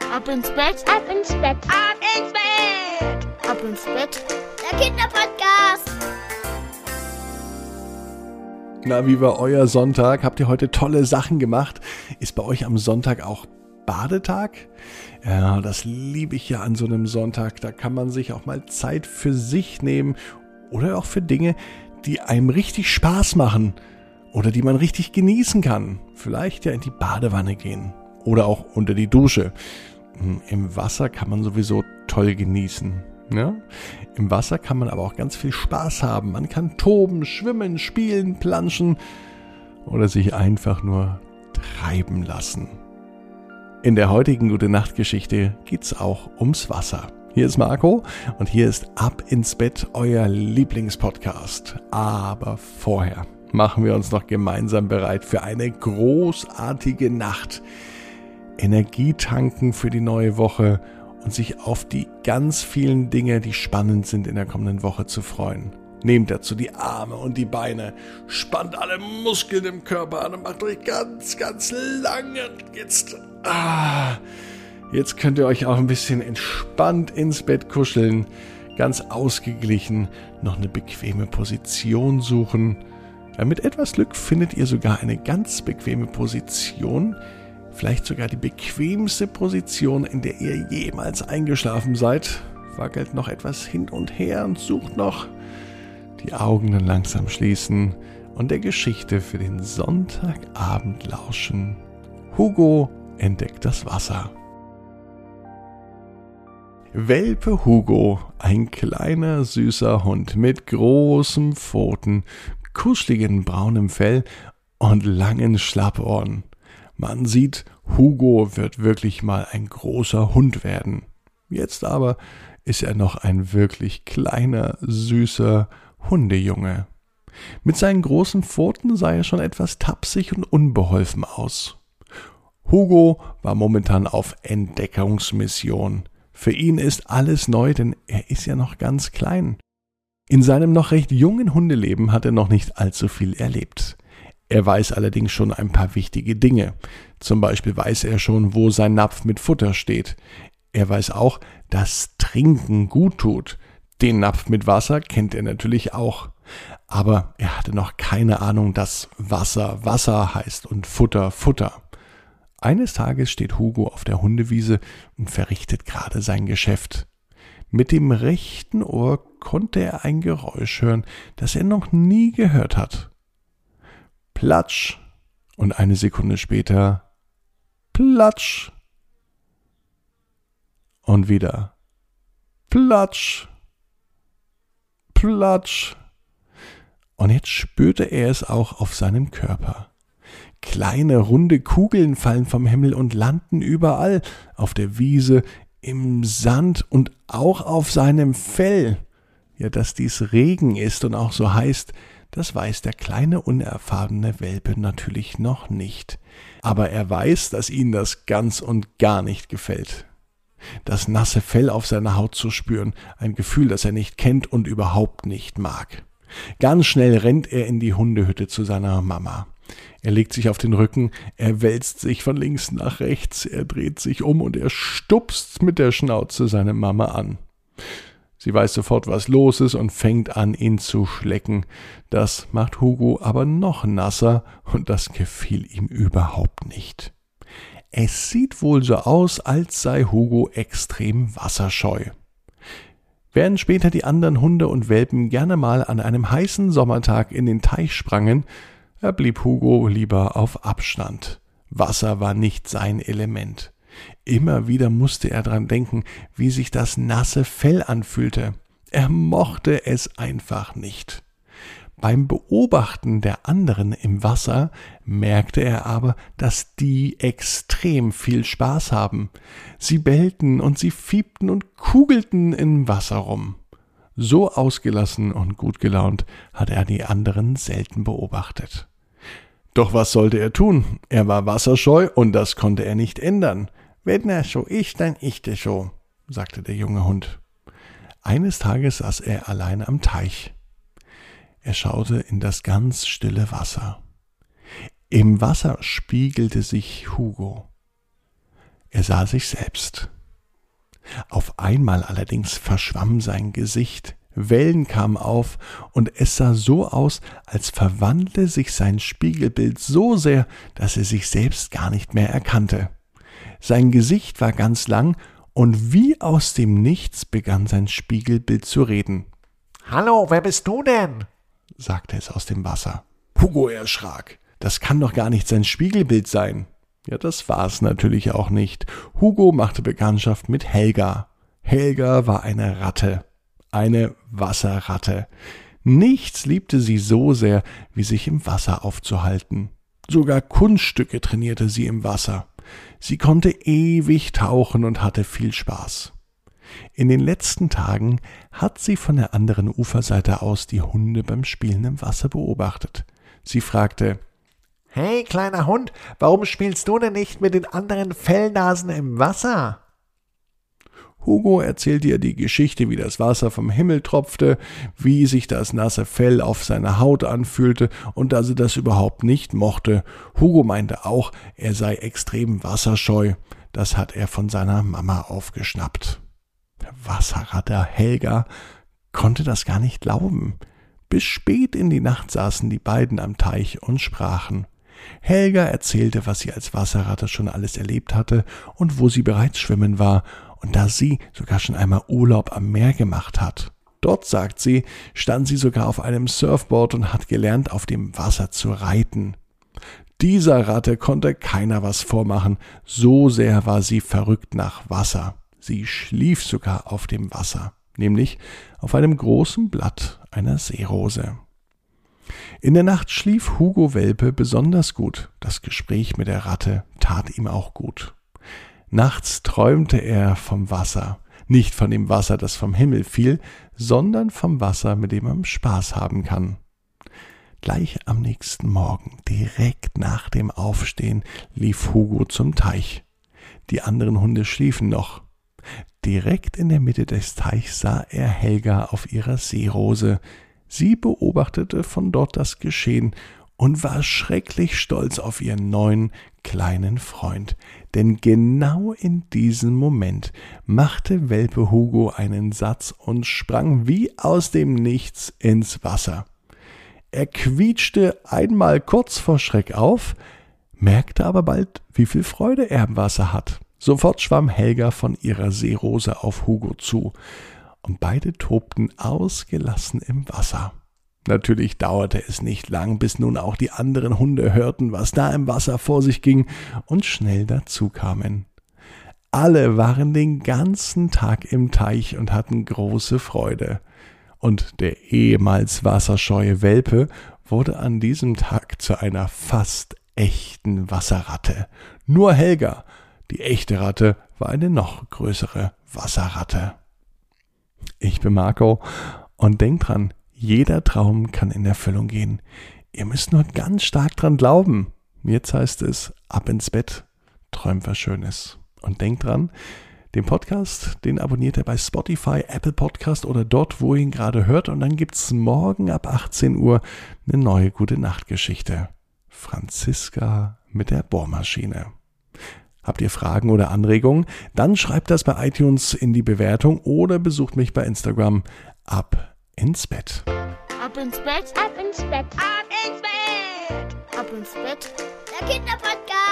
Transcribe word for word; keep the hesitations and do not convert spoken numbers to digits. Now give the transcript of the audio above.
Ab ins Bett, ab ins Bett, ab ins Bett, ab ins Bett. Der Kinderpodcast. Na, wie war euer Sonntag? Habt ihr heute tolle Sachen gemacht? Ist bei euch am Sonntag auch Badetag? Ja, das liebe ich ja an so einem Sonntag. Da kann man sich auch mal Zeit für sich nehmen oder auch für Dinge, die einem richtig Spaß machen oder die man richtig genießen kann. Vielleicht ja in die Badewanne gehen oder auch unter die Dusche. Im Wasser kann man sowieso toll genießen. Ja? Im Wasser kann man aber auch ganz viel Spaß haben. Man kann toben, schwimmen, spielen, planschen oder sich einfach nur treiben lassen. In der heutigen Gute-Nacht-Geschichte geht's auch ums Wasser. Hier ist Marco und hier ist Ab ins Bett, euer Lieblingspodcast. Aber vorher machen wir uns noch gemeinsam bereit für eine großartige Nacht. Energie tanken für die neue Woche und sich auf die ganz vielen Dinge, die spannend sind in der kommenden Woche zu freuen. Nehmt dazu die Arme und die Beine, spannt alle Muskeln im Körper an und macht euch ganz, ganz lang. Und jetzt, ah, jetzt könnt ihr euch auch ein bisschen entspannt ins Bett kuscheln, ganz ausgeglichen, noch eine bequeme Position suchen. Ja, mit etwas Glück findet ihr sogar eine ganz bequeme Position, vielleicht sogar die bequemste Position, in der ihr jemals eingeschlafen seid. Wackelt noch etwas hin und her und sucht noch. Die Augen dann langsam schließen und der Geschichte für den Sonntagabend lauschen. Hugo entdeckt das Wasser. Welpe Hugo, ein kleiner süßer Hund mit großen Pfoten, kuscheligem braunem Fell und langen Schlappohren. Man sieht, Hugo wird wirklich mal ein großer Hund werden. Jetzt aber ist er noch ein wirklich kleiner, süßer Hundejunge. Mit seinen großen Pfoten sah er schon etwas tapsig und unbeholfen aus. Hugo war momentan auf Entdeckungsmission. Für ihn ist alles neu, denn er ist ja noch ganz klein. In seinem noch recht jungen Hundeleben hat er noch nicht allzu viel erlebt. Er weiß allerdings schon ein paar wichtige Dinge. Zum Beispiel weiß er schon, wo sein Napf mit Futter steht. Er weiß auch, dass Trinken gut tut. Den Napf mit Wasser kennt er natürlich auch. Aber er hatte noch keine Ahnung, dass Wasser Wasser heißt und Futter Futter. Eines Tages steht Hugo auf der Hundewiese und verrichtet gerade sein Geschäft. Mit dem rechten Ohr konnte er ein Geräusch hören, das er noch nie gehört hat. Platsch! Und eine Sekunde später Platsch! Und wieder Platsch! Platsch! Und jetzt spürte er es auch auf seinem Körper. Kleine, runde Kugeln fallen vom Himmel und landen überall, auf der Wiese, im Sand und auch auf seinem Fell. Ja, dass dies Regen ist und auch so heißt, das weiß der kleine, unerfahrene Welpe natürlich noch nicht. Aber er weiß, dass ihm das ganz und gar nicht gefällt. Das nasse Fell auf seiner Haut zu spüren, ein Gefühl, das er nicht kennt und überhaupt nicht mag. Ganz schnell rennt er in die Hundehütte zu seiner Mama. Er legt sich auf den Rücken, er wälzt sich von links nach rechts, er dreht sich um und er stupst mit der Schnauze seine Mama an. Sie weiß sofort, was los ist und fängt an, ihn zu schlecken. Das macht Hugo aber noch nasser und das gefiel ihm überhaupt nicht. Es sieht wohl so aus, als sei Hugo extrem wasserscheu. Während später die anderen Hunde und Welpen gerne mal an einem heißen Sommertag in den Teich sprangen, blieb Hugo lieber auf Abstand. Wasser war nicht sein Element. Immer wieder musste er dran denken, wie sich das nasse Fell anfühlte. Er mochte es einfach nicht. Beim Beobachten der anderen im Wasser merkte er aber, dass die extrem viel Spaß haben. Sie bellten und sie fiebten und kugelten im Wasser rum. So ausgelassen und gut gelaunt hat er die anderen selten beobachtet. Doch was sollte er tun? Er war wasserscheu und das konnte er nicht ändern. Wenn er so ist, dann ist er so, sagte der junge Hund. Eines Tages saß er allein am Teich. Er schaute in das ganz stille Wasser. Im Wasser spiegelte sich Hugo. Er sah sich selbst. Auf einmal allerdings verschwamm sein Gesicht, Wellen kamen auf und es sah so aus, als verwandle sich sein Spiegelbild so sehr, dass er sich selbst gar nicht mehr erkannte. Sein Gesicht war ganz lang und wie aus dem Nichts begann sein Spiegelbild zu reden. »Hallo, wer bist du denn?« sagte es aus dem Wasser. Hugo erschrak. Das kann doch gar nicht sein Spiegelbild sein. Ja, das war es natürlich auch nicht. Hugo machte Bekanntschaft mit Helga. Helga war eine Ratte. Eine Wasserratte. Nichts liebte sie so sehr, wie sich im Wasser aufzuhalten. Sogar Kunststücke trainierte sie im Wasser. Sie konnte ewig tauchen und hatte viel Spaß. In den letzten Tagen hat sie von der anderen Uferseite aus die Hunde beim Spielen im Wasser beobachtet. Sie fragte: »Hey, kleiner Hund, warum spielst du denn nicht mit den anderen Fellnasen im Wasser?« Hugo erzählte ihr die Geschichte, wie das Wasser vom Himmel tropfte, wie sich das nasse Fell auf seiner Haut anfühlte und dass er das überhaupt nicht mochte. Hugo meinte auch, er sei extrem wasserscheu. Das hat er von seiner Mama aufgeschnappt. Der Wasserratte Helga konnte das gar nicht glauben. Bis spät in die Nacht saßen die beiden am Teich und sprachen. Helga erzählte, was sie als Wasserratte schon alles erlebt hatte und wo sie bereits schwimmen war und da sie sogar schon einmal Urlaub am Meer gemacht hat. Dort, sagt sie, stand sie sogar auf einem Surfboard und hat gelernt, auf dem Wasser zu reiten. Dieser Ratte konnte keiner was vormachen, so sehr war sie verrückt nach Wasser. Sie schlief sogar auf dem Wasser, nämlich auf einem großen Blatt einer Seerose. In der Nacht schlief Hugo Welpe besonders gut. Das Gespräch mit der Ratte tat ihm auch gut. Nachts träumte er vom Wasser, nicht von dem Wasser, das vom Himmel fiel, sondern vom Wasser, mit dem man Spaß haben kann. Gleich am nächsten Morgen, direkt nach dem Aufstehen, lief Hugo zum Teich. Die anderen Hunde schliefen noch. Direkt in der Mitte des Teichs sah er Helga auf ihrer Seerose. Sie beobachtete von dort das Geschehen und war schrecklich stolz auf ihren neuen kleinen Freund. Denn genau in diesem Moment machte Welpe Hugo einen Satz und sprang wie aus dem Nichts ins Wasser. Er quietschte einmal kurz vor Schreck auf, merkte aber bald, wie viel Freude er im Wasser hat. Sofort schwamm Helga von ihrer Seerose auf Hugo zu und beide tobten ausgelassen im Wasser. Natürlich dauerte es nicht lang, bis nun auch die anderen Hunde hörten, was da im Wasser vor sich ging und schnell dazu kamen. Alle waren den ganzen Tag im Teich und hatten große Freude. Und der ehemals wasserscheue Welpe wurde an diesem Tag zu einer fast echten Wasserratte. Nur Helga, die echte Ratte, war eine noch größere Wasserratte. Ich bin Marco und denkt dran, jeder Traum kann in Erfüllung gehen. Ihr müsst nur ganz stark dran glauben. Jetzt heißt es, ab ins Bett, träumt was Schönes. Und denkt dran, den Podcast, den abonniert ihr bei Spotify, Apple Podcast oder dort, wo ihr ihn gerade hört. Und dann gibt's morgen ab achtzehn Uhr eine neue Gute-Nacht-Geschichte. Franziska mit der Bohrmaschine. Habt ihr Fragen oder Anregungen? Dann schreibt das bei iTunes in die Bewertung oder besucht mich bei Instagram. Ab ins Bett. Ab ins Bett, Ab ins Bett, ab ins Bett, ab ins Bett. der Kinderpodcast.